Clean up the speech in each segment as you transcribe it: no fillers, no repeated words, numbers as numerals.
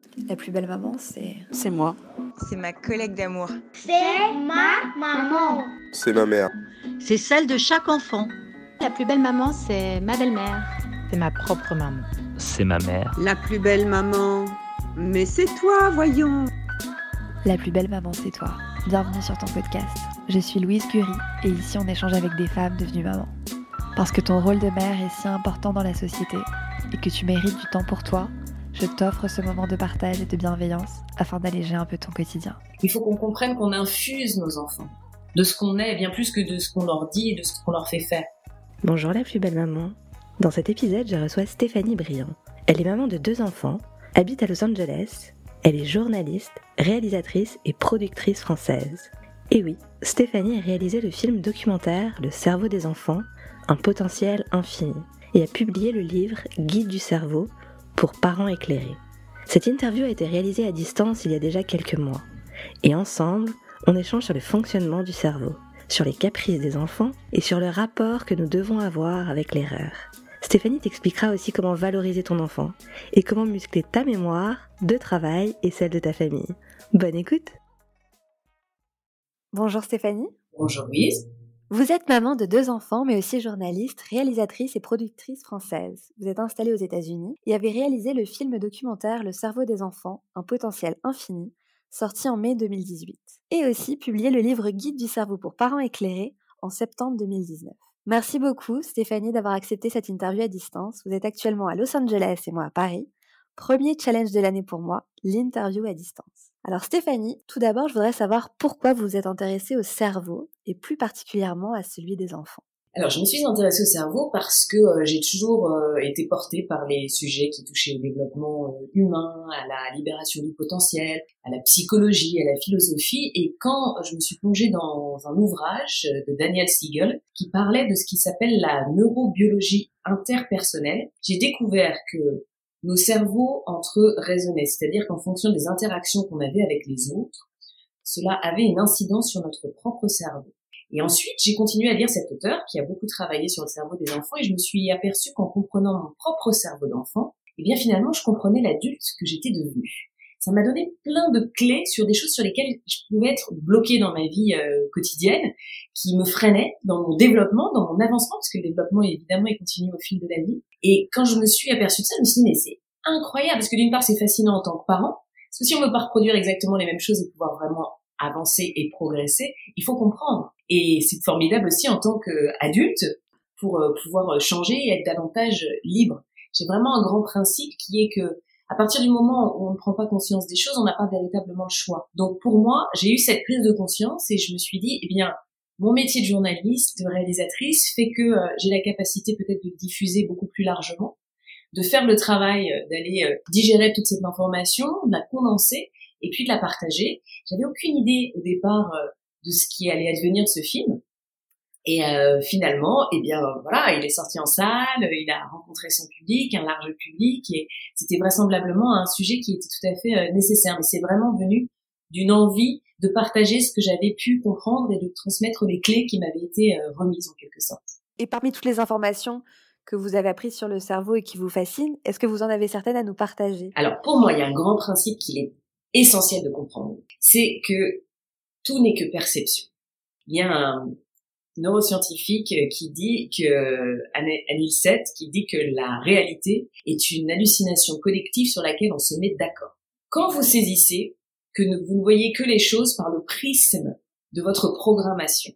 La plus belle maman, c'est... C'est moi. C'est ma collègue d'amour. C'est ma maman. C'est ma mère. C'est celle de chaque enfant. La plus belle maman, c'est ma belle-mère. C'est ma propre maman. C'est ma mère. La plus belle maman. Mais c'est toi, voyons. La plus belle maman, c'est toi. Bienvenue sur ton podcast. Je suis Louise Curie et ici on échange avec des femmes devenues mamans. Parce que ton rôle de mère est si important dans la société et que tu mérites du temps pour toi, je t'offre ce moment de partage et de bienveillance afin d'alléger un peu ton quotidien. Il faut qu'on comprenne qu'on infuse nos enfants de ce qu'on est, bien plus que de ce qu'on leur dit et de ce qu'on leur fait faire. Bonjour la plus belle maman. Dans cet épisode, je reçois Stéphanie Briand. Elle est maman de 2 enfants, habite à Los Angeles. Elle est journaliste, réalisatrice et productrice française. Et oui, Stéphanie a réalisé le film documentaire Le cerveau des enfants, un potentiel infini, et a publié le livre Guide du cerveau pour parents éclairés. Cette interview a été réalisée à distance il y a déjà quelques mois. Et ensemble, on échange sur le fonctionnement du cerveau, sur les caprices des enfants et sur le rapport que nous devons avoir avec l'erreur. Stéphanie t'expliquera aussi comment valoriser ton enfant et comment muscler ta mémoire de travail et celle de ta famille. Bonne écoute! Bonjour Stéphanie. Bonjour Louise. Vous êtes maman de 2 enfants, mais aussi journaliste, réalisatrice et productrice française. Vous êtes installée aux États-Unis et avez réalisé le film documentaire Le cerveau des enfants, un potentiel infini, sorti en mai 2018. Et aussi publié le livre Guide du cerveau pour parents éclairés en septembre 2019. Merci beaucoup Stéphanie d'avoir accepté cette interview à distance. Vous êtes actuellement à Los Angeles et moi à Paris. Premier challenge de l'année pour moi, l'interview à distance. Alors Stéphanie, tout d'abord je voudrais savoir pourquoi vous vous êtes intéressée au cerveau et plus particulièrement à celui des enfants. Alors je me suis intéressée au cerveau parce que j'ai toujours été portée par les sujets qui touchaient au développement humain, à la libération du potentiel, à la psychologie, à la philosophie. Et quand je me suis plongée dans un ouvrage de Daniel Siegel qui parlait de ce qui s'appelle la neurobiologie interpersonnelle, j'ai découvert que nos cerveaux entre eux résonnaient, c'est-à-dire qu'en fonction des interactions qu'on avait avec les autres, cela avait une incidence sur notre propre cerveau. Et ensuite, j'ai continué à lire cet auteur qui a beaucoup travaillé sur le cerveau des enfants et je me suis aperçue qu'en comprenant mon propre cerveau d'enfant, eh bien finalement, je comprenais l'adulte que j'étais devenue. Ça m'a donné plein de clés sur des choses sur lesquelles je pouvais être bloquée dans ma vie quotidienne, qui me freinaient dans mon développement, dans mon avancement, parce que le développement, évidemment, il continue au fil de la vie. Et quand je me suis aperçue de ça, je me suis dit, mais c'est incroyable, parce que d'une part, c'est fascinant en tant que parent, parce que si on veut pas reproduire exactement les mêmes choses et pouvoir vraiment avancer et progresser, il faut comprendre. Et c'est formidable aussi en tant qu'adulte pour pouvoir changer et être davantage libre. J'ai vraiment un grand principe qui est que à partir du moment où on ne prend pas conscience des choses, on n'a pas véritablement le choix. Donc pour moi, j'ai eu cette prise de conscience et je me suis dit, eh bien, mon métier de journaliste, de réalisatrice, fait que j'ai la capacité peut-être de diffuser beaucoup plus largement, de faire le travail, d'aller digérer toute cette information, de la condenser et puis de la partager. J'avais aucune idée au départ de ce qui allait advenir de ce film. Et finalement, eh bien voilà, il est sorti en salle, il a rencontré son public, un large public, et c'était vraisemblablement un sujet qui était tout à fait nécessaire. Mais c'est vraiment venu d'une envie de partager ce que j'avais pu comprendre et de transmettre les clés qui m'avaient été remises en quelque sorte. Et parmi toutes les informations que vous avez apprises sur le cerveau et qui vous fascinent, est-ce que vous en avez certaines à nous partager? Alors pour moi, il y a un grand principe qu'il est essentiel de comprendre. C'est que tout n'est que perception. Il y a un neuroscientifique qui dit que, Anil Seth, qui dit que la réalité est une hallucination collective sur laquelle on se met d'accord. Quand vous saisissez que vous ne voyez que les choses par le prisme de votre programmation,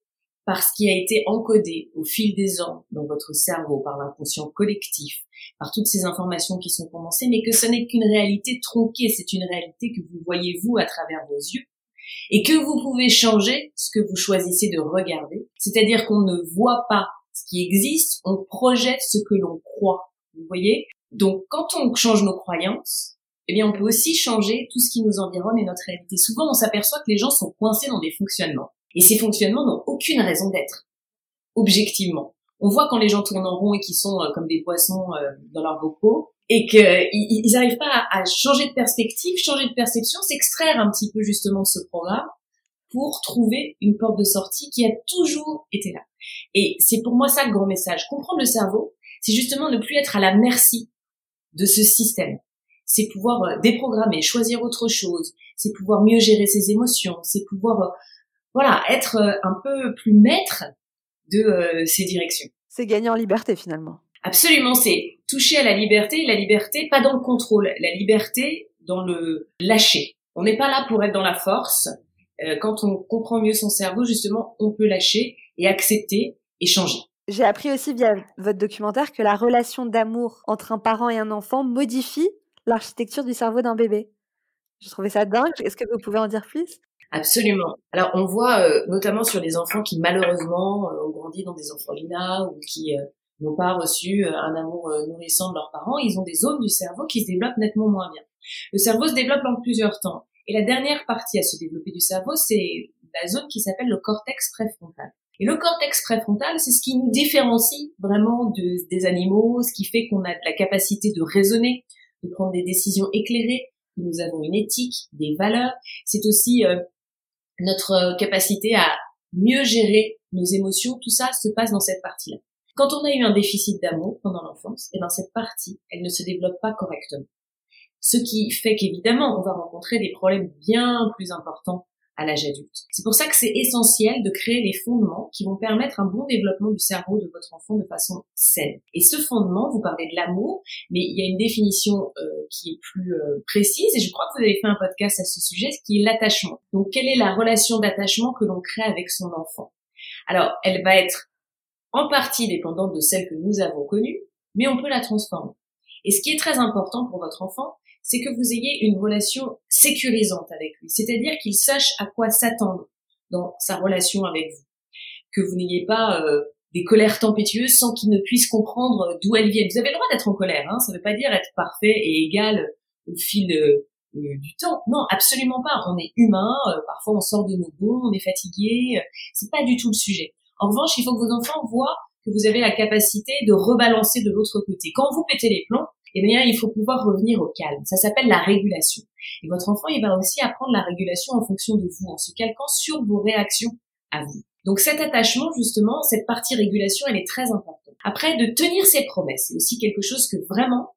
par ce qui a été encodé au fil des ans dans votre cerveau, par l'inconscient collectif, par toutes ces informations qui sont condensées, mais que ce n'est qu'une réalité tronquée, c'est une réalité que vous voyez vous à travers vos yeux, et que vous pouvez changer ce que vous choisissez de regarder, c'est-à-dire qu'on ne voit pas ce qui existe, on projette ce que l'on croit, vous voyez? Donc quand on change nos croyances, eh bien on peut aussi changer tout ce qui nous environne et notre réalité. Souvent on s'aperçoit que les gens sont coincés dans des fonctionnements, et ces fonctionnements n'ont aucune raison d'être, objectivement. On voit quand les gens tournent en rond et qu'ils sont comme des poissons dans leur bocaux, et qu'ils n'arrivent pas à changer de perspective, changer de perception, s'extraire un petit peu justement de ce programme pour trouver une porte de sortie qui a toujours été là. Et c'est pour moi ça le grand message. Comprendre le cerveau, c'est justement ne plus être à la merci de ce système. c'est pouvoir déprogrammer, choisir autre chose, c'est pouvoir mieux gérer ses émotions, c'est pouvoir être un peu plus maître de ses directions. C'est gagner en liberté finalement. Absolument, c'est toucher à la liberté pas dans le contrôle, la liberté dans le lâcher. On n'est pas là pour être dans la force. Quand on comprend mieux son cerveau, justement, on peut lâcher et accepter et changer. J'ai appris aussi via votre documentaire que la relation d'amour entre un parent et un enfant modifie l'architecture du cerveau d'un bébé. Je trouvais ça dingue. Est-ce que vous pouvez en dire plus ? Absolument. Alors, on voit notamment sur des enfants qui, malheureusement, ont grandi dans des orphelinats ou qui n'ont pas reçu un amour nourrissant de leurs parents, ils ont des zones du cerveau qui se développent nettement moins bien. Le cerveau se développe en plusieurs temps. Et la dernière partie à se développer du cerveau, c'est la zone qui s'appelle le cortex préfrontal. Et le cortex préfrontal, c'est ce qui nous différencie vraiment des animaux, ce qui fait qu'on a de la capacité de raisonner, de prendre des décisions éclairées, que nous avons une éthique, des valeurs. C'est aussi notre capacité à mieux gérer nos émotions. Tout ça se passe dans cette partie-là. Quand on a eu un déficit d'amour pendant l'enfance, et dans cette partie, elle ne se développe pas correctement. Ce qui fait qu'évidemment, on va rencontrer des problèmes bien plus importants à l'âge adulte. C'est pour ça que c'est essentiel de créer les fondements qui vont permettre un bon développement du cerveau de votre enfant de façon saine. Et ce fondement, vous parlez de l'amour, mais il y a une définition qui est plus précise, et je crois que vous avez fait un podcast à ce sujet, ce qui est l'attachement. Donc, quelle est la relation d'attachement que l'on crée avec son enfant ? Alors, elle va être en partie dépendante de celle que nous avons connue, mais on peut la transformer. Et ce qui est très important pour votre enfant, c'est que vous ayez une relation sécurisante avec lui, c'est-à-dire qu'il sache à quoi s'attendre dans sa relation avec vous, que vous n'ayez pas des colères tempétueuses sans qu'il ne puisse comprendre d'où elles viennent. Vous avez le droit d'être en colère, hein, ça ne veut pas dire être parfait et égal au fil du temps. Non, absolument pas. On est humain, parfois on sort de nos gonds, on est fatigué, c'est pas du tout le sujet. En revanche, il faut que vos enfants voient que vous avez la capacité de rebalancer de l'autre côté. Quand vous pétez les plombs, eh bien, il faut pouvoir revenir au calme. Ça s'appelle la régulation. Et votre enfant, il va aussi apprendre la régulation en fonction de vous, en se calquant sur vos réactions à vous. Donc cet attachement, justement, cette partie régulation, elle est très importante. Après, de tenir ses promesses, c'est aussi quelque chose que vraiment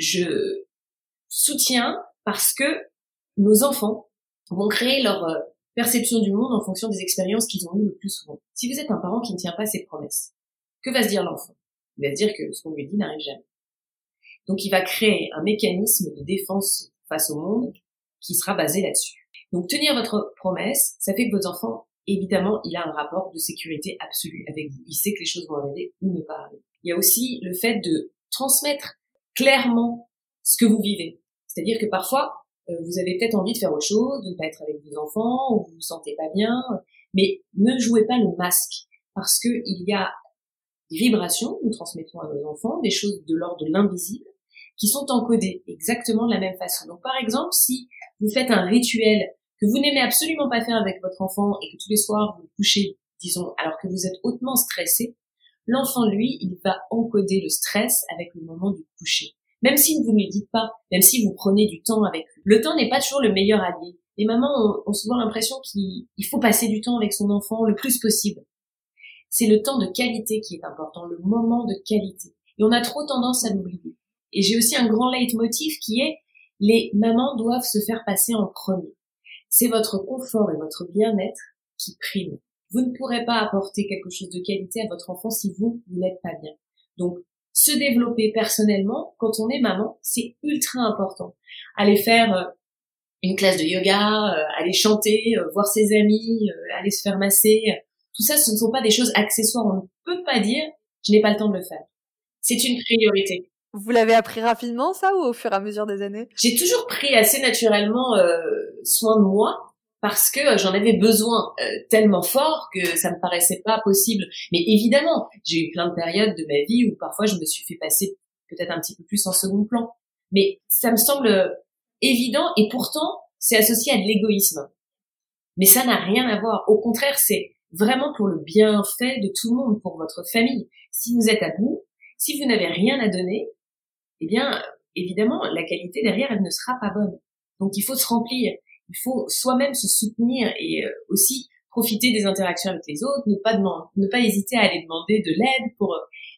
je soutiens parce que nos enfants vont créer leur perception du monde en fonction des expériences qu'ils ont eues le plus souvent. Si vous êtes un parent qui ne tient pas ses promesses, que va se dire l'enfant ? Il va se dire que ce qu'on lui dit n'arrive jamais. Donc, il va créer un mécanisme de défense face au monde qui sera basé là-dessus. Donc, tenir votre promesse, ça fait que votre enfant, évidemment, il a un rapport de sécurité absolu avec vous. Il sait que les choses vont arriver ou ne pas arriver. Il y a aussi le fait de transmettre clairement ce que vous vivez. C'est-à-dire que parfois, vous avez peut-être envie de faire autre chose, de ne pas être avec vos enfants, ou vous vous sentez pas bien, mais ne jouez pas le masque, parce que il y a des vibrations, nous transmettons à nos enfants, des choses de l'ordre de l'invisible, qui sont encodées exactement de la même façon. Donc par exemple, si vous faites un rituel que vous n'aimez absolument pas faire avec votre enfant et que tous les soirs vous vous couchez, disons, alors que vous êtes hautement stressé, l'enfant, lui, il va encoder le stress avec le moment du coucher. Même si vous ne lui dites pas, même si vous prenez du temps avec lui. Le temps n'est pas toujours le meilleur allié. Les mamans ont souvent l'impression qu'il faut passer du temps avec son enfant le plus possible. C'est le temps de qualité qui est important, le moment de qualité. Et on a trop tendance à l'oublier. Et j'ai aussi un grand leitmotiv qui est les mamans doivent se faire passer en premier. C'est votre confort et votre bien-être qui priment. Vous ne pourrez pas apporter quelque chose de qualité à votre enfant si vous n'êtes pas bien. Donc, se développer personnellement, quand on est maman, c'est ultra important. Aller faire une classe de yoga, aller chanter, voir ses amis, aller se faire masser. Tout ça, ce ne sont pas des choses accessoires. On ne peut pas dire « je n'ai pas le temps de le faire ». C'est une priorité. Vous l'avez appris rapidement, ça, ou au fur et à mesure des années ? J'ai toujours pris assez naturellement soin de moi parce que j'en avais besoin tellement fort que ça me paraissait pas possible. Mais évidemment, j'ai eu plein de périodes de ma vie où parfois je me suis fait passer peut-être un petit peu plus en second plan. Mais ça me semble évident et pourtant c'est associé à de l'égoïsme. Mais ça n'a rien à voir. Au contraire, c'est vraiment pour le bienfait de tout le monde, pour votre famille. Si vous êtes à bout, si vous n'avez rien à donner, eh bien, évidemment, la qualité derrière, elle ne sera pas bonne. Donc, il faut se remplir. Il faut soi-même se soutenir et aussi profiter des interactions avec les autres, ne pas hésiter à aller demander de l'aide pour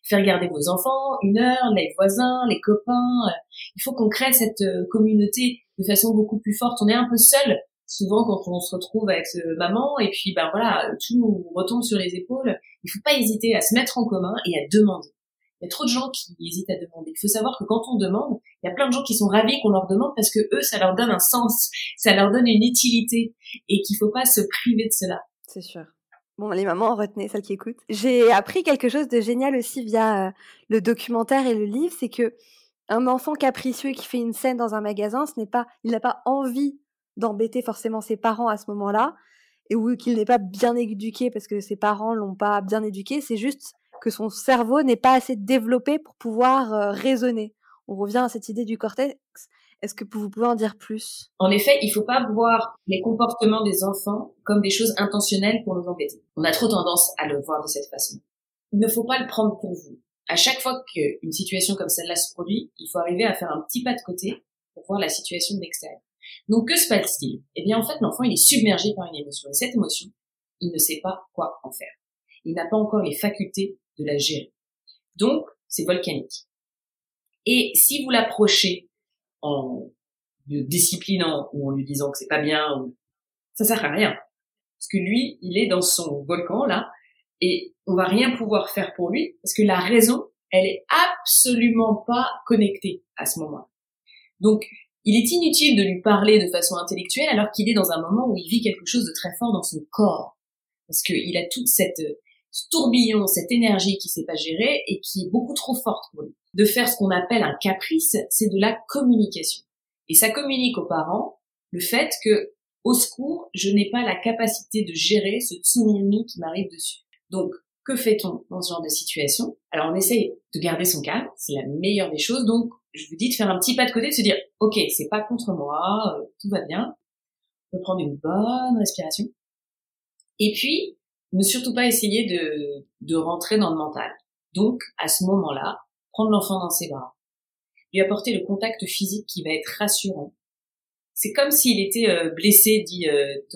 faire garder vos enfants 1 heure, les voisins, les copains. Il faut qu'on crée cette communauté de façon beaucoup plus forte. On est un peu seul souvent quand on se retrouve avec maman et puis voilà, tout nous retombe sur les épaules. Il faut pas hésiter à se mettre en commun et à demander. Il y a trop de gens qui hésitent à demander. Il faut savoir que quand on demande, il y a plein de gens qui sont ravis qu'on leur demande parce que eux, ça leur donne un sens, ça leur donne une utilité et qu'il faut pas se priver de cela. C'est sûr. Bon, les mamans, retenez, celles qui écoutent. J'ai appris quelque chose de génial aussi via le documentaire et le livre, c'est que un enfant capricieux qui fait une scène dans un magasin, il n'a pas envie d'embêter forcément ses parents à ce moment-là, ou qu'il n'est pas bien éduqué parce que ses parents l'ont pas bien éduqué, c'est juste que son cerveau n'est pas assez développé pour pouvoir raisonner. On revient à cette idée du cortex. Est-ce que vous pouvez en dire plus ? En effet, il faut pas voir les comportements des enfants comme des choses intentionnelles pour nous embêter. On a trop tendance à le voir de cette façon. Il ne faut pas le prendre pour vous. À chaque fois qu'une situation comme celle-là se produit, il faut arriver à faire un petit pas de côté pour voir la situation de l'extérieur. Donc, que se passe-t-il ? Eh bien, en fait, l'enfant, il est submergé par une émotion. Et cette émotion, il ne sait pas quoi en faire. Il n'a pas encore les facultés de la gérer. Donc, c'est volcanique. Et si vous l'approchez en le disciplinant ou en lui disant que c'est pas bien, ça sert à rien. Parce que lui, il est dans son volcan, là, et on va rien pouvoir faire pour lui, parce que la raison, elle est absolument pas connectée à ce moment-là. Donc, il est inutile de lui parler de façon intellectuelle alors qu'il est dans un moment où il vit quelque chose de très fort dans son corps. Parce qu'il a toute ce tourbillon, cette énergie qui sait pas gérer et qui est beaucoup trop forte pour lui. De faire ce qu'on appelle un caprice, c'est de la communication. Et ça communique aux parents le fait que, au secours, je n'ai pas la capacité de gérer ce tsunami qui m'arrive dessus. Donc, que fait-on dans ce genre de situation ? Alors, on essaye de garder son calme, c'est la meilleure des choses. Donc, je vous dis de faire un petit pas de côté, de se dire, ok, c'est pas contre moi, tout va bien. On peut prendre une bonne respiration. Et puis, ne surtout pas essayer de rentrer dans le mental. Donc, à ce moment-là, prendre l'enfant dans ses bras, lui apporter le contact physique qui va être rassurant. C'est comme s'il était blessé, dit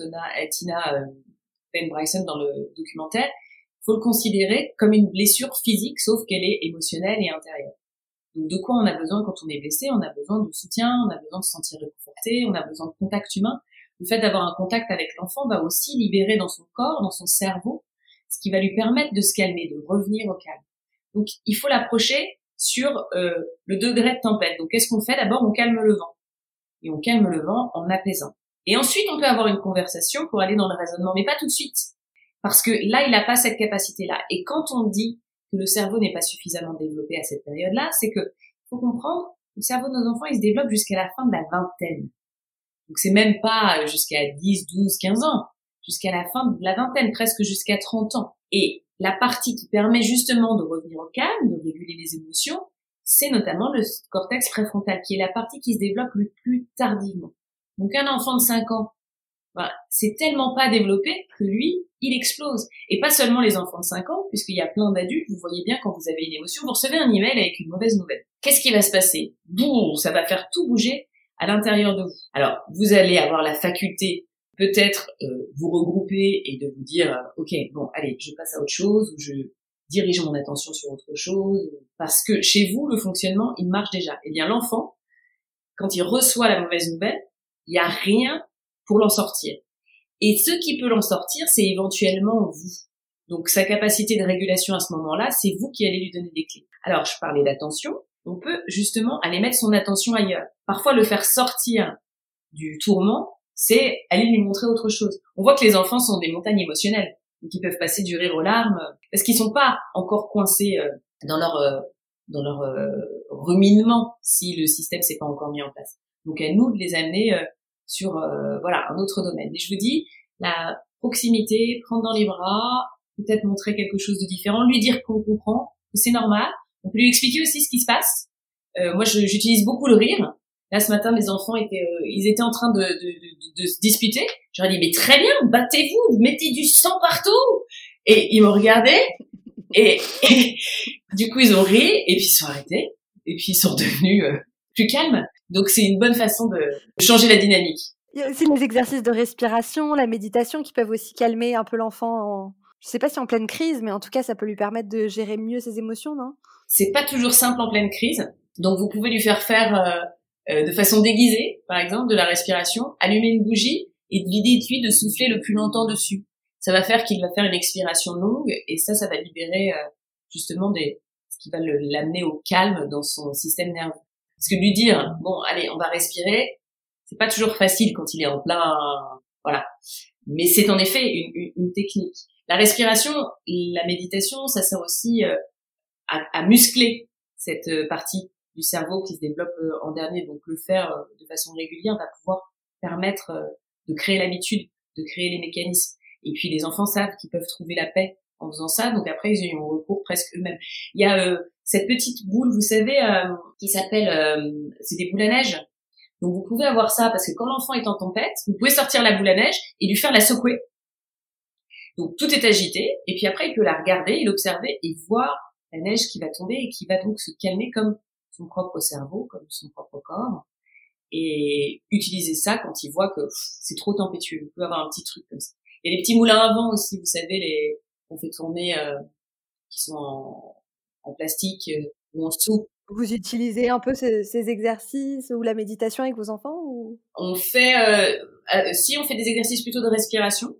Tina Ben Bryson dans le documentaire. Il faut le considérer comme une blessure physique, sauf qu'elle est émotionnelle et intérieure. Donc, de quoi on a besoin quand on est blessé ? On a besoin de soutien, on a besoin de se sentir réconforté, on a besoin de contact humain. Le fait d'avoir un contact avec l'enfant va aussi libérer dans son corps, dans son cerveau, ce qui va lui permettre de se calmer, de revenir au calme. Donc, il faut l'approcher sur le degré de tempête. Donc, qu'est-ce qu'on fait ? D'abord, on calme le vent. Et on calme le vent en apaisant. Et ensuite, on peut avoir une conversation pour aller dans le raisonnement, mais pas tout de suite. Parce que là, il n'a pas cette capacité-là. Et quand on dit que le cerveau n'est pas suffisamment développé à cette période-là, c'est que, faut comprendre, le cerveau de nos enfants, il se développe jusqu'à la fin de la vingtaine. Donc, c'est même pas jusqu'à 10, 12, 15 ans. Jusqu'à la fin de la vingtaine, presque jusqu'à 30 ans. Et la partie qui permet justement de revenir au calme, de réguler les émotions, c'est notamment le cortex préfrontal, qui est la partie qui se développe le plus tardivement. Donc, un enfant de 5 ans, c'est tellement pas développé que lui, il explose. Et pas seulement les enfants de 5 ans, puisqu'il y a plein d'adultes, vous voyez bien quand vous avez une émotion, vous recevez un email avec une mauvaise nouvelle. Qu'est-ce qui va se passer ? Boum, ça va faire tout bouger à l'intérieur de vous. Alors, vous allez avoir la faculté, peut-être, vous regrouper et de vous dire, ok, bon, allez, je passe à autre chose, ou je dirige mon attention sur autre chose, parce que chez vous, le fonctionnement, il marche déjà. Eh bien, l'enfant, quand il reçoit la mauvaise nouvelle, il n'y a rien pour l'en sortir. Et ce qui peut l'en sortir, c'est éventuellement vous. Donc, sa capacité de régulation à ce moment-là, c'est vous qui allez lui donner des clés. Alors, je parlais d'attention. On peut justement aller mettre son attention ailleurs. Parfois, le faire sortir du tourment, c'est aller lui montrer autre chose. On voit que les enfants sont des montagnes émotionnelles, donc ils peuvent passer du rire aux larmes, parce qu'ils sont pas encore coincés dans leur ruminement si le système s'est pas encore mis en place. Donc, à nous de les amener sur un autre domaine. Et je vous dis, la proximité, prendre dans les bras, peut-être montrer quelque chose de différent, lui dire qu'on comprend, que c'est normal. On peut lui expliquer aussi ce qui se passe. Moi, j'utilise beaucoup le rire. Là, ce matin, les enfants ils étaient en train de se disputer. J'aurais dit, mais très bien, battez-vous, mettez du sang partout. Et ils m'ont regardé. Et du coup, ils ont ri, et puis ils sont arrêtés. Et puis, ils sont devenus plus calmes. Donc, c'est une bonne façon de changer la dynamique. Il y a aussi les exercices de respiration, la méditation qui peuvent aussi calmer un peu l'enfant Je sais pas si en pleine crise, mais en tout cas, ça peut lui permettre de gérer mieux ses émotions, non? C'est pas toujours simple en pleine crise. Donc, vous pouvez lui faire de façon déguisée, par exemple, de la respiration, allumer une bougie et dites-lui de souffler le plus longtemps dessus. Ça va faire qu'il va faire une expiration longue et ça va libérer justement ce qui va l'amener au calme dans son système nerveux. Parce que lui dire, bon, allez, on va respirer, c'est pas toujours facile quand il est en plein, voilà. Mais c'est en effet une technique. La respiration, la méditation, ça sert aussi à muscler cette partie du cerveau qui se développe en dernier. Donc le faire de façon régulière va pouvoir permettre de créer l'habitude, de créer les mécanismes. Et puis les enfants savent qu'ils peuvent trouver la paix en faisant ça, donc après ils y ont recours presque eux-mêmes. Il y a cette petite boule, vous savez, qui s'appelle, c'est des boules à neige. Donc vous pouvez avoir ça parce que quand l'enfant est en tempête, vous pouvez sortir la boule à neige et lui faire la secouer. Donc tout est agité, et puis après il peut la regarder, et l'observer et voir la neige qui va tomber et qui va donc se calmer comme son propre cerveau, comme son propre corps, et utiliser ça quand il voit que c'est trop tempétueux. Vous pouvez avoir un petit truc comme ça. Il y a les petits moulins à vent aussi, vous savez, qu'on fait tourner, qui sont en plastique ou en soupe. Vous utilisez un peu ces exercices ou la méditation avec vos enfants ou... On fait, si on fait des exercices plutôt de respiration,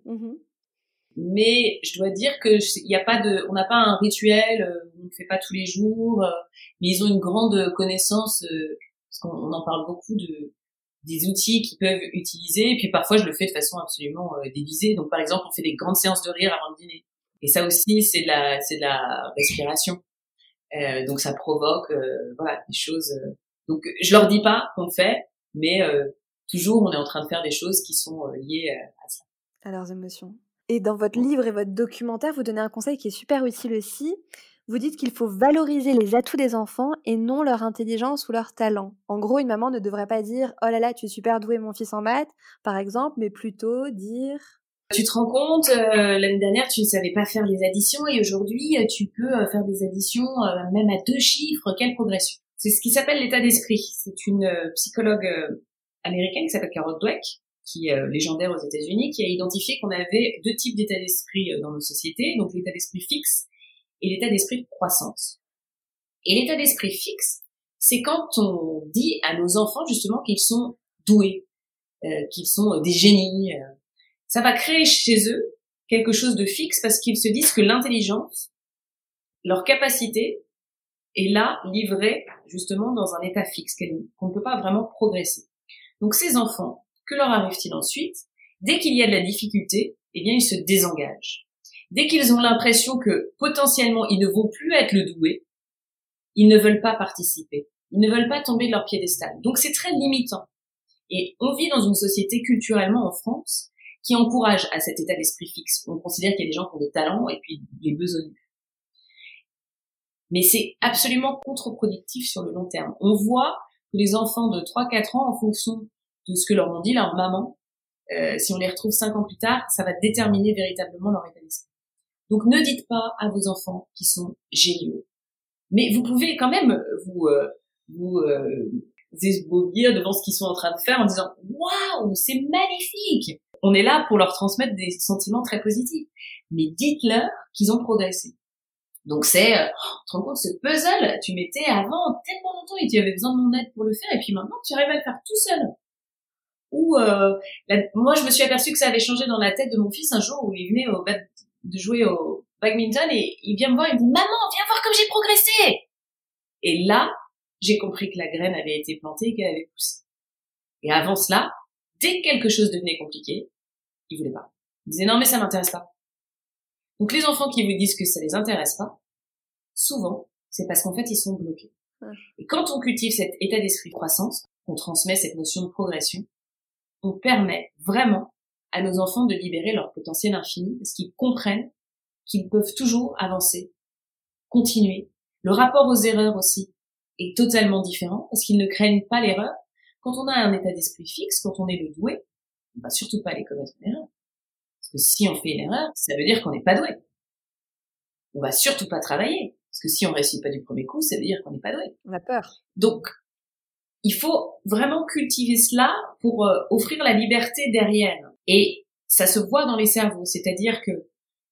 mais je dois dire que on n'a pas un rituel, on ne fait pas tous les jours, mais ils ont une grande connaissance, parce qu'on en parle beaucoup des outils qu'ils peuvent utiliser, et puis parfois je le fais de façon absolument déguisée. Donc par exemple, on fait des grandes séances de rire avant le dîner, et ça aussi c'est de la respiration. Donc ça provoque voilà des choses. Donc je leur dis pas qu'on le fait, mais toujours on est en train de faire des choses qui sont liées à ça. À leurs émotions. Et dans votre livre et votre documentaire, vous donnez un conseil qui est super utile aussi. Vous dites qu'il faut valoriser les atouts des enfants et non leur intelligence ou leur talent. En gros, une maman ne devrait pas dire « Oh là là, tu es super doué mon fils en maths », par exemple, mais plutôt dire... Tu te rends compte, l'année dernière, tu ne savais pas faire les additions et aujourd'hui, tu peux faire des additions même à 2 chiffres. Quelle progression! C'est ce qui s'appelle l'état d'esprit. C'est une psychologue américaine qui s'appelle Carol Dweck, qui est légendaire aux États-Unis, qui a identifié qu'on avait 2 types d'état d'esprit dans nos sociétés, donc l'état d'esprit fixe et l'état d'esprit de croissance. Et l'état d'esprit fixe, c'est quand on dit à nos enfants justement qu'ils sont doués, qu'ils sont des génies. Ça va créer chez eux quelque chose de fixe parce qu'ils se disent que l'intelligence, leur capacité, est là, livrée justement dans un état fixe, qu'on ne peut pas vraiment progresser. Donc ces enfants, que leur arrive-t-il ensuite? Dès qu'il y a de la difficulté, eh bien ils se désengagent. Dès qu'ils ont l'impression que potentiellement ils ne vont plus être le doué, ils ne veulent pas participer. Ils ne veulent pas tomber de leur piédestal. Donc c'est très limitant. Et on vit dans une société culturellement en France qui encourage à cet état d'esprit fixe. On considère qu'il y a des gens qui ont des talents et puis les besogneux. Mais c'est absolument contre-productif sur le long terme. On voit que les enfants de 3-4 ans, en fonction de ce que leur ont dit leur maman, si on les retrouve 5 ans plus tard, ça va déterminer véritablement leur état d'esprit. Donc ne dites pas à vos enfants qu'ils sont géniaux. Mais vous pouvez quand même vous esbobir devant ce qu'ils sont en train de faire en disant « Waouh, c'est magnifique !» On est là pour leur transmettre des sentiments très positifs. Mais dites-leur qu'ils ont progressé. Donc c'est, tu te rends compte, ce puzzle, tu mettais avant tellement longtemps et tu avais besoin de mon aide pour le faire, et puis maintenant tu arrives à le faire tout seul. Ou moi je me suis aperçue que ça avait changé dans la tête de mon fils un jour où il venait de jouer au badminton et il vient me voir et il me dit « Maman, viens voir comme j'ai progressé !» Et là, j'ai compris que la graine avait été plantée et qu'elle avait poussé. Et avant cela, dès que quelque chose devenait compliqué, il voulait pas. Il disait « Non mais ça m'intéresse pas ». Donc les enfants qui vous disent que ça les intéresse pas, souvent, c'est parce qu'en fait, ils sont bloqués. Et quand on cultive cet état d'esprit de croissance, on transmet cette notion de progression, on permet vraiment à nos enfants de libérer leur potentiel infini, parce qu'ils comprennent qu'ils peuvent toujours avancer, continuer. Le rapport aux erreurs aussi est totalement différent, parce qu'ils ne craignent pas l'erreur. Quand on a un état d'esprit fixe, quand on est le doué, on va surtout pas aller commettre une erreur. Parce que si on fait une erreur, ça veut dire qu'on n'est pas doué. On va surtout pas travailler. Parce que si on réussit pas du premier coup, ça veut dire qu'on n'est pas doué. On a peur. Donc, il faut vraiment cultiver cela pour offrir la liberté derrière. Et ça se voit dans les cerveaux. C'est-à-dire que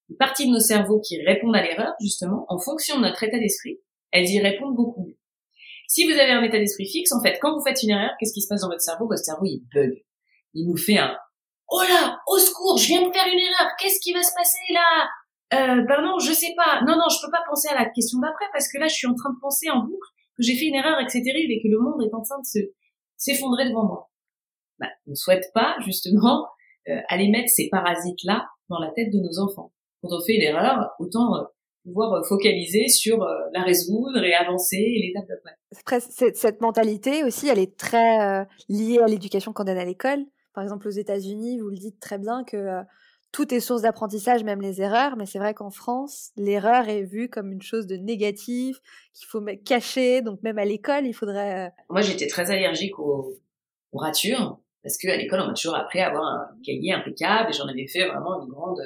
Une partie de nos cerveaux qui répondent à l'erreur, justement, en fonction de notre état d'esprit, elles y répondent beaucoup mieux. Si vous avez un état d'esprit fixe, en fait, quand vous faites une erreur, qu'est-ce qui se passe dans votre cerveau? Votre cerveau, il bug. Il nous fait un « Oh là, au secours, je viens de faire une erreur, qu'est-ce qui va se passer là ?» Ben non, je sais pas. Non, je peux pas penser à la question d'après parce que là, je suis en train de penser en boucle que j'ai fait une erreur et que c'est terrible et que le monde est en train de s'effondrer devant moi. Ben, on ne souhaite pas, justement, aller mettre ces parasites-là dans la tête de nos enfants. Quand on fait une erreur, autant pouvoir focaliser sur la résoudre et avancer l'étape d'après. Cette mentalité aussi, elle est très liée à l'éducation qu'on donne à l'école. Par exemple, aux États-Unis, vous le dites très bien que tout est source d'apprentissage, même les erreurs. Mais c'est vrai qu'en France, l'erreur est vue comme une chose de négative, qu'il faut cacher. Donc même à l'école, il faudrait... Moi, j'étais très allergique aux ratures. Parce qu'à l'école, on m'a toujours appris à avoir un cahier impeccable et j'en avais fait vraiment une grande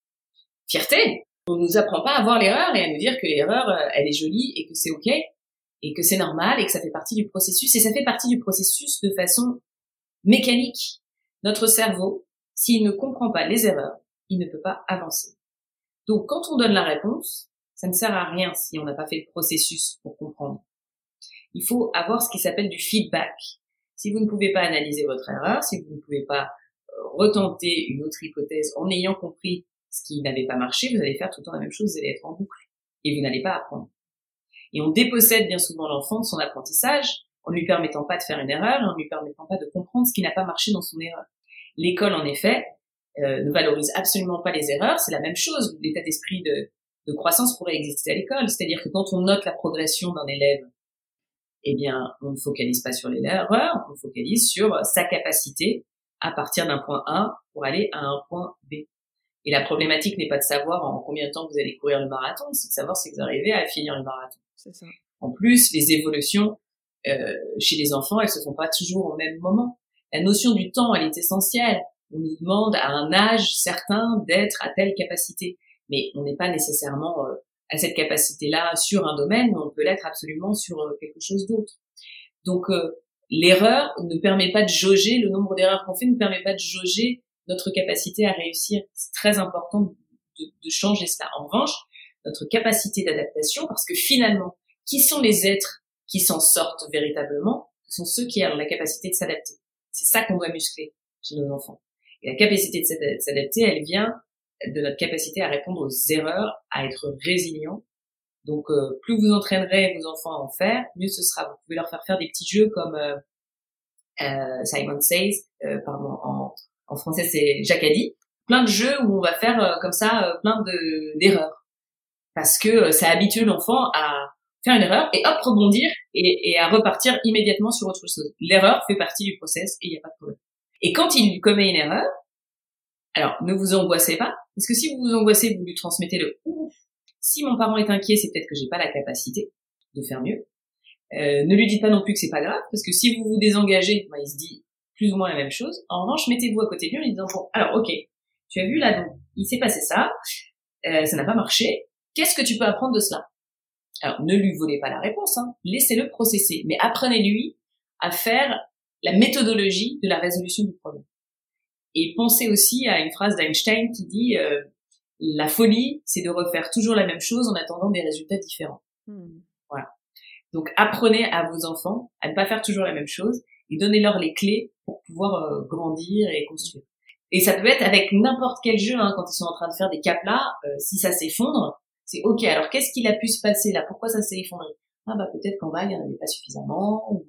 fierté. On nous apprend pas à voir l'erreur et à nous dire que l'erreur, elle est jolie et que c'est ok et que c'est normal et que ça fait partie du processus. Et ça fait partie du processus de façon mécanique. Notre cerveau, s'il ne comprend pas les erreurs, il ne peut pas avancer. Donc, quand on donne la réponse, ça ne sert à rien si on n'a pas fait le processus pour comprendre. Il faut avoir ce qui s'appelle du feedback. Si vous ne pouvez pas analyser votre erreur, si vous ne pouvez pas retenter une autre hypothèse en ayant compris ce qui n'avait pas marché, vous allez faire tout le temps la même chose, vous allez être en boucle et vous n'allez pas apprendre. Et on dépossède bien souvent l'enfant de son apprentissage en ne lui permettant pas de faire une erreur, en ne lui permettant pas de comprendre ce qui n'a pas marché dans son erreur. L'école, en effet, ne valorise absolument pas les erreurs, c'est la même chose. L'état d'esprit de croissance pourrait exister à l'école, c'est-à-dire que quand on note la progression d'un élève, eh bien, on ne focalise pas sur l'erreur, on focalise sur sa capacité à partir d'un point A pour aller à un point B. Et la problématique n'est pas de savoir en combien de temps vous allez courir le marathon, c'est de savoir si vous arrivez à finir le marathon. C'est ça. En plus, les évolutions chez les enfants, elles se font pas toujours au même moment. La notion du temps, elle est essentielle. On nous demande à un âge certain d'être à telle capacité, mais on n'est pas nécessairement à cette capacité-là sur un domaine, mais on peut l'être absolument sur quelque chose d'autre. Donc l'erreur ne permet pas de jauger, le nombre d'erreurs qu'on fait ne permet pas de jauger notre capacité à réussir. C'est très important de changer cela. En revanche, notre capacité d'adaptation, parce que finalement, qui sont les êtres qui s'en sortent véritablement? Ce sont ceux qui ont la capacité de s'adapter. C'est ça qu'on doit muscler chez nos enfants. Et la capacité de s'adapter, elle vient de notre capacité à répondre aux erreurs, à être résilient. Donc, plus vous entraînerez vos enfants à en faire, mieux ce sera. Vous pouvez leur faire des petits jeux comme Simon Says, en français c'est Jacques a dit, plein de jeux où on va faire comme ça plein d'erreurs. Parce que ça habitue l'enfant à faire une erreur et hop, rebondir et à repartir immédiatement sur autre chose. L'erreur fait partie du process et il n'y a pas de problème. Et quand il commet une erreur, alors ne vous angoissez pas, parce que si vous vous angoissez, vous lui transmettez le « ouf ». Si mon parent est inquiet, c'est peut-être que j'ai pas la capacité de faire mieux. Ne lui dites pas non plus que c'est pas grave, parce que si vous vous désengagez, il se dit plus ou moins la même chose. En revanche, mettez-vous à côté de lui en lui disant « bon, alors ok, tu as vu là, donc il s'est passé ça, ça n'a pas marché, qu'est-ce que tu peux apprendre de cela ?» Alors, ne lui volez pas la réponse, laissez-le processer, mais apprenez-lui à faire la méthodologie de la résolution du problème. Et pensez aussi à une phrase d'Einstein qui dit la folie, c'est de refaire toujours la même chose en attendant des résultats différents. Voilà. Donc, apprenez à vos enfants à ne pas faire toujours la même chose et donnez-leur les clés pour pouvoir grandir et construire. Et ça peut être avec n'importe quel jeu, quand ils sont en train de faire des caplats, si ça s'effondre, c'est ok, alors qu'est-ce qu'il a pu se passer là? Pourquoi ça s'est effondré? Ah bah peut-être qu'en bas il n'y en avait pas suffisamment, ou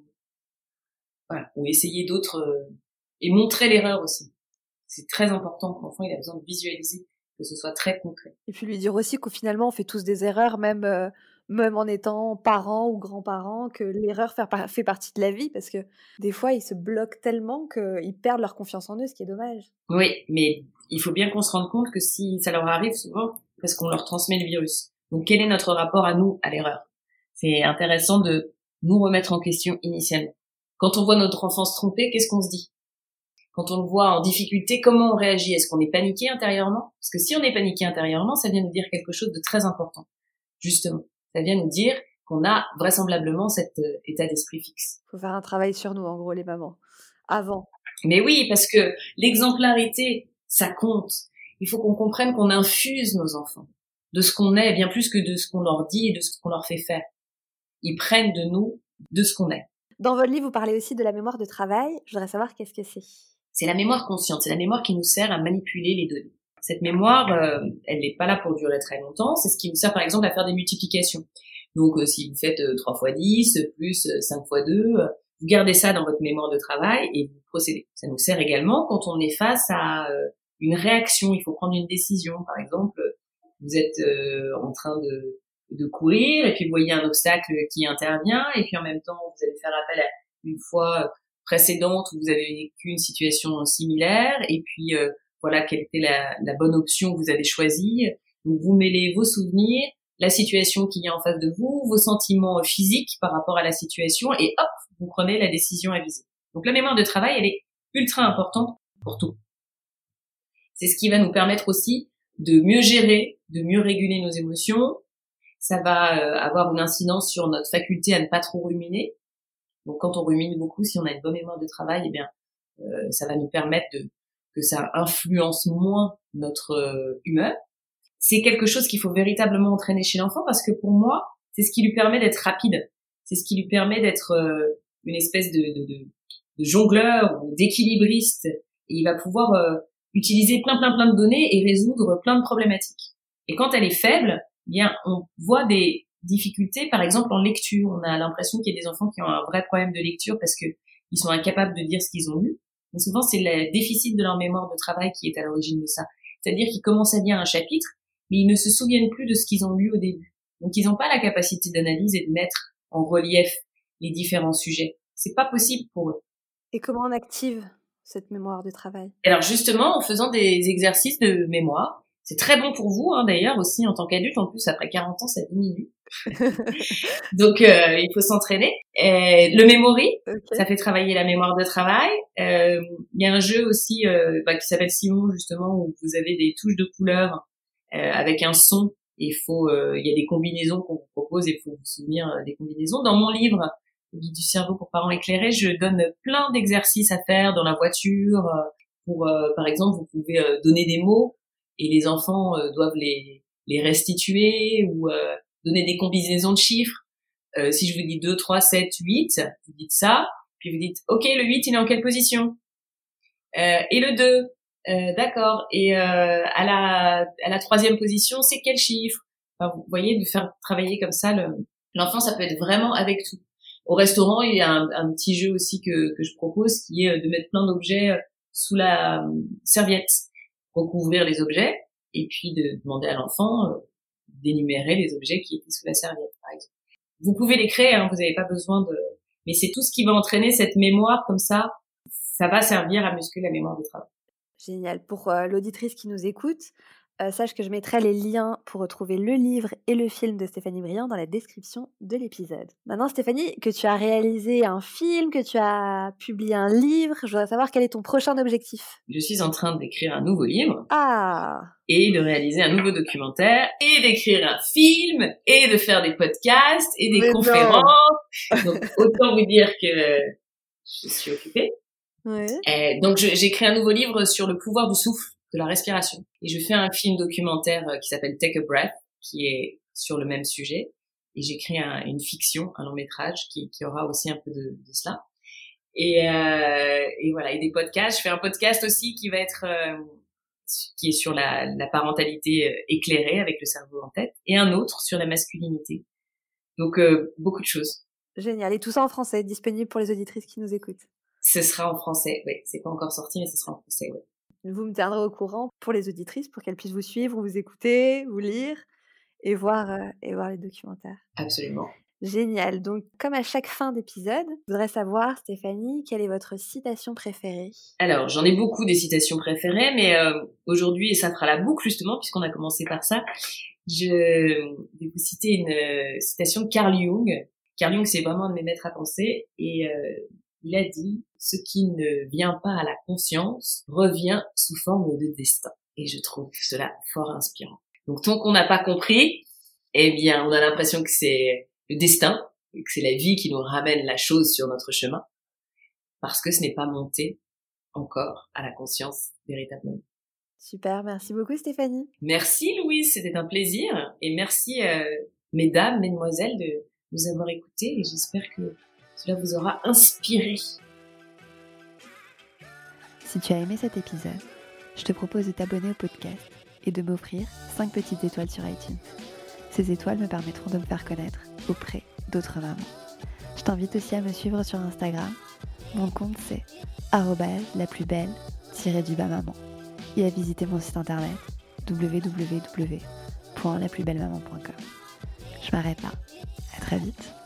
voilà, ou essayer d'autres et montrer l'erreur aussi. C'est très important que l'enfant il a besoin de visualiser, que ce soit très concret. Et puis lui dire aussi qu'au finalement on fait tous des erreurs, même en étant parents ou grands-parents, que l'erreur fait partie de la vie, parce que des fois ils se bloquent tellement qu'ils perdent leur confiance en eux, ce qui est dommage. Oui, mais il faut bien qu'on se rende compte que si ça leur arrive souvent, parce qu'on leur transmet le virus. Donc quel est notre rapport à nous, à l'erreur? C'est intéressant de nous remettre en question initialement. Quand on voit notre enfant se tromper, qu'est-ce qu'on se dit? Quand on le voit en difficulté, comment on réagit? Est-ce qu'on est paniqué intérieurement? Parce que si on est paniqué intérieurement, ça vient nous dire quelque chose de très important. Justement, ça vient nous dire qu'on a vraisemblablement cet état d'esprit fixe. Faut faire un travail sur nous, en gros, les mamans. Avant. Mais oui, parce que l'exemplarité, ça compte. il faut qu'on comprenne qu'on infuse nos enfants de ce qu'on est, bien plus que de ce qu'on leur dit et de ce qu'on leur fait faire. Ils prennent de nous, de ce qu'on est. Dans votre livre, vous parlez aussi de la mémoire de travail. Je voudrais savoir qu'est-ce que c'est. C'est la mémoire consciente, c'est la mémoire qui nous sert à manipuler les données. Cette mémoire, elle n'est pas là pour durer très longtemps, c'est ce qui nous sert par exemple à faire des multiplications. Donc si vous faites 3 fois 10 plus 5 fois 2, vous gardez ça dans votre mémoire de travail et vous procédez. Ça nous sert également quand on est face à une réaction, il faut prendre une décision. Par exemple, vous êtes en train de courir et puis vous voyez un obstacle qui intervient et puis en même temps vous allez faire appel à une fois précédente où vous avez vécu une situation similaire et puis voilà quelle était la bonne option que vous avez choisie. Donc vous mêlez vos souvenirs, la situation qu'il y a en face de vous, vos sentiments physiques par rapport à la situation et hop, vous prenez la décision avisée. Donc la mémoire de travail, elle est ultra importante pour tout. C'est ce qui va nous permettre aussi de mieux gérer, de mieux réguler nos émotions. Ça va avoir une incidence sur notre faculté à ne pas trop ruminer. Donc quand on rumine beaucoup, si on a une bonne mémoire de travail, eh bien ça va nous permettre que ça influence moins notre humeur. C'est quelque chose qu'il faut véritablement entraîner chez l'enfant parce que pour moi, c'est ce qui lui permet d'être rapide. C'est ce qui lui permet d'être une espèce de jongleur ou d'équilibriste. Et il va pouvoir utiliser plein de données et résoudre plein de problématiques. Et quand elle est faible, eh bien on voit des difficultés, par exemple en lecture. On a l'impression qu'il y a des enfants qui ont un vrai problème de lecture parce que ils sont incapables de dire ce qu'ils ont lu. Mais souvent, c'est le déficit de leur mémoire de travail qui est à l'origine de ça. C'est-à-dire qu'ils commencent à lire un chapitre, mais ils ne se souviennent plus de ce qu'ils ont lu au début. Donc, ils n'ont pas la capacité d'analyse et de mettre en relief les différents sujets. C'est pas possible pour eux. Et comment on active cette mémoire de travail? Alors, justement, en faisant des exercices de mémoire, c'est très bon pour vous, d'ailleurs, aussi en tant qu'adulte. En plus, après 40 ans, ça diminue. Donc, il faut s'entraîner. Le memory, okay. Ça fait travailler la mémoire de travail. Il y a un jeu aussi qui s'appelle Simon, justement, où vous avez des touches de couleurs avec un son. Il y a des combinaisons qu'on vous propose et il faut vous souvenir des combinaisons. Dans mon livre, le guide du cerveau pour parents éclairés, je donne plein d'exercices à faire dans la voiture. Par exemple, vous pouvez donner des mots et les enfants doivent les restituer ou donner des combinaisons de chiffres. Si je vous dis 2, 3, 7, 8, vous dites ça, puis vous dites, ok, le 8, il est en quelle position? Et le 2, d'accord. Et à la 3e position, c'est quel chiffre? Enfin, vous voyez, de faire travailler comme ça l'enfant, ça peut être vraiment avec tout. Au restaurant, il y a un petit jeu aussi que je propose, qui est de mettre plein d'objets sous la serviette, recouvrir les objets, et puis de demander à l'enfant d'énumérer les objets qui étaient sous la serviette, par exemple. Vous pouvez les créer, vous n'avez pas besoin mais c'est tout ce qui va entraîner cette mémoire comme ça va servir à muscler la mémoire de travail. Génial. Pour l'auditrice qui nous écoute, sache que je mettrai les liens pour retrouver le livre et le film de Stéphanie Briand dans la description de l'épisode. Maintenant, Stéphanie, que tu as réalisé un film, que tu as publié un livre, je voudrais savoir quel est ton prochain objectif. Je suis en train d'écrire un nouveau livre. Ah! Et de réaliser un nouveau documentaire, et d'écrire un film, et de faire des podcasts, et des conférences. Donc, autant vous dire que je suis occupée. Ouais. Donc, j'écris un nouveau livre sur le pouvoir du souffle, de la respiration. Et je fais un film documentaire qui s'appelle Take a Breath, qui est sur le même sujet. Et j'écris une fiction, un long métrage qui aura aussi un peu de cela. Et voilà, et des podcasts. Je fais un podcast aussi qui va être qui est sur la parentalité éclairée avec le cerveau en tête, et un autre sur la masculinité. Donc beaucoup de choses. Génial. Et tout ça en français, disponible pour les auditrices qui nous écoutent. Ce sera en français, oui. C'est pas encore sorti, mais ce sera en français, oui. Vous me tiendrez au courant pour les auditrices, pour qu'elles puissent vous suivre, vous écouter, vous lire et voir les documentaires. Absolument. Génial. Donc, comme à chaque fin d'épisode, je voudrais savoir, Stéphanie, quelle est votre citation préférée? Alors, j'en ai beaucoup des citations préférées, mais aujourd'hui, et ça fera la boucle justement, puisqu'on a commencé par ça, je vais vous citer une citation de Carl Jung. Carl Jung, c'est vraiment un de mes maîtres à penser, et il a dit « Ce qui ne vient pas à la conscience revient sous forme de destin ». Et je trouve cela fort inspirant. Donc, tant qu'on n'a pas compris, eh bien, on a l'impression que c'est le destin, que c'est la vie qui nous ramène la chose sur notre chemin, parce que ce n'est pas monté encore à la conscience véritablement. Super, merci beaucoup Stéphanie. Merci Louise, c'était un plaisir. Et merci mesdames, mesdemoiselles de nous avoir écoutés et j'espère que cela vous aura inspiré. Si tu as aimé cet épisode, je te propose de t'abonner au podcast et de m'offrir 5 petites étoiles sur iTunes. Ces étoiles me permettront de me faire connaître auprès d'autres mamans. Je t'invite aussi à me suivre sur Instagram. Mon compte c'est @laplusbelle_maman et à visiter mon site internet www.laplusbellemaman.com. Je m'arrête là. À très vite.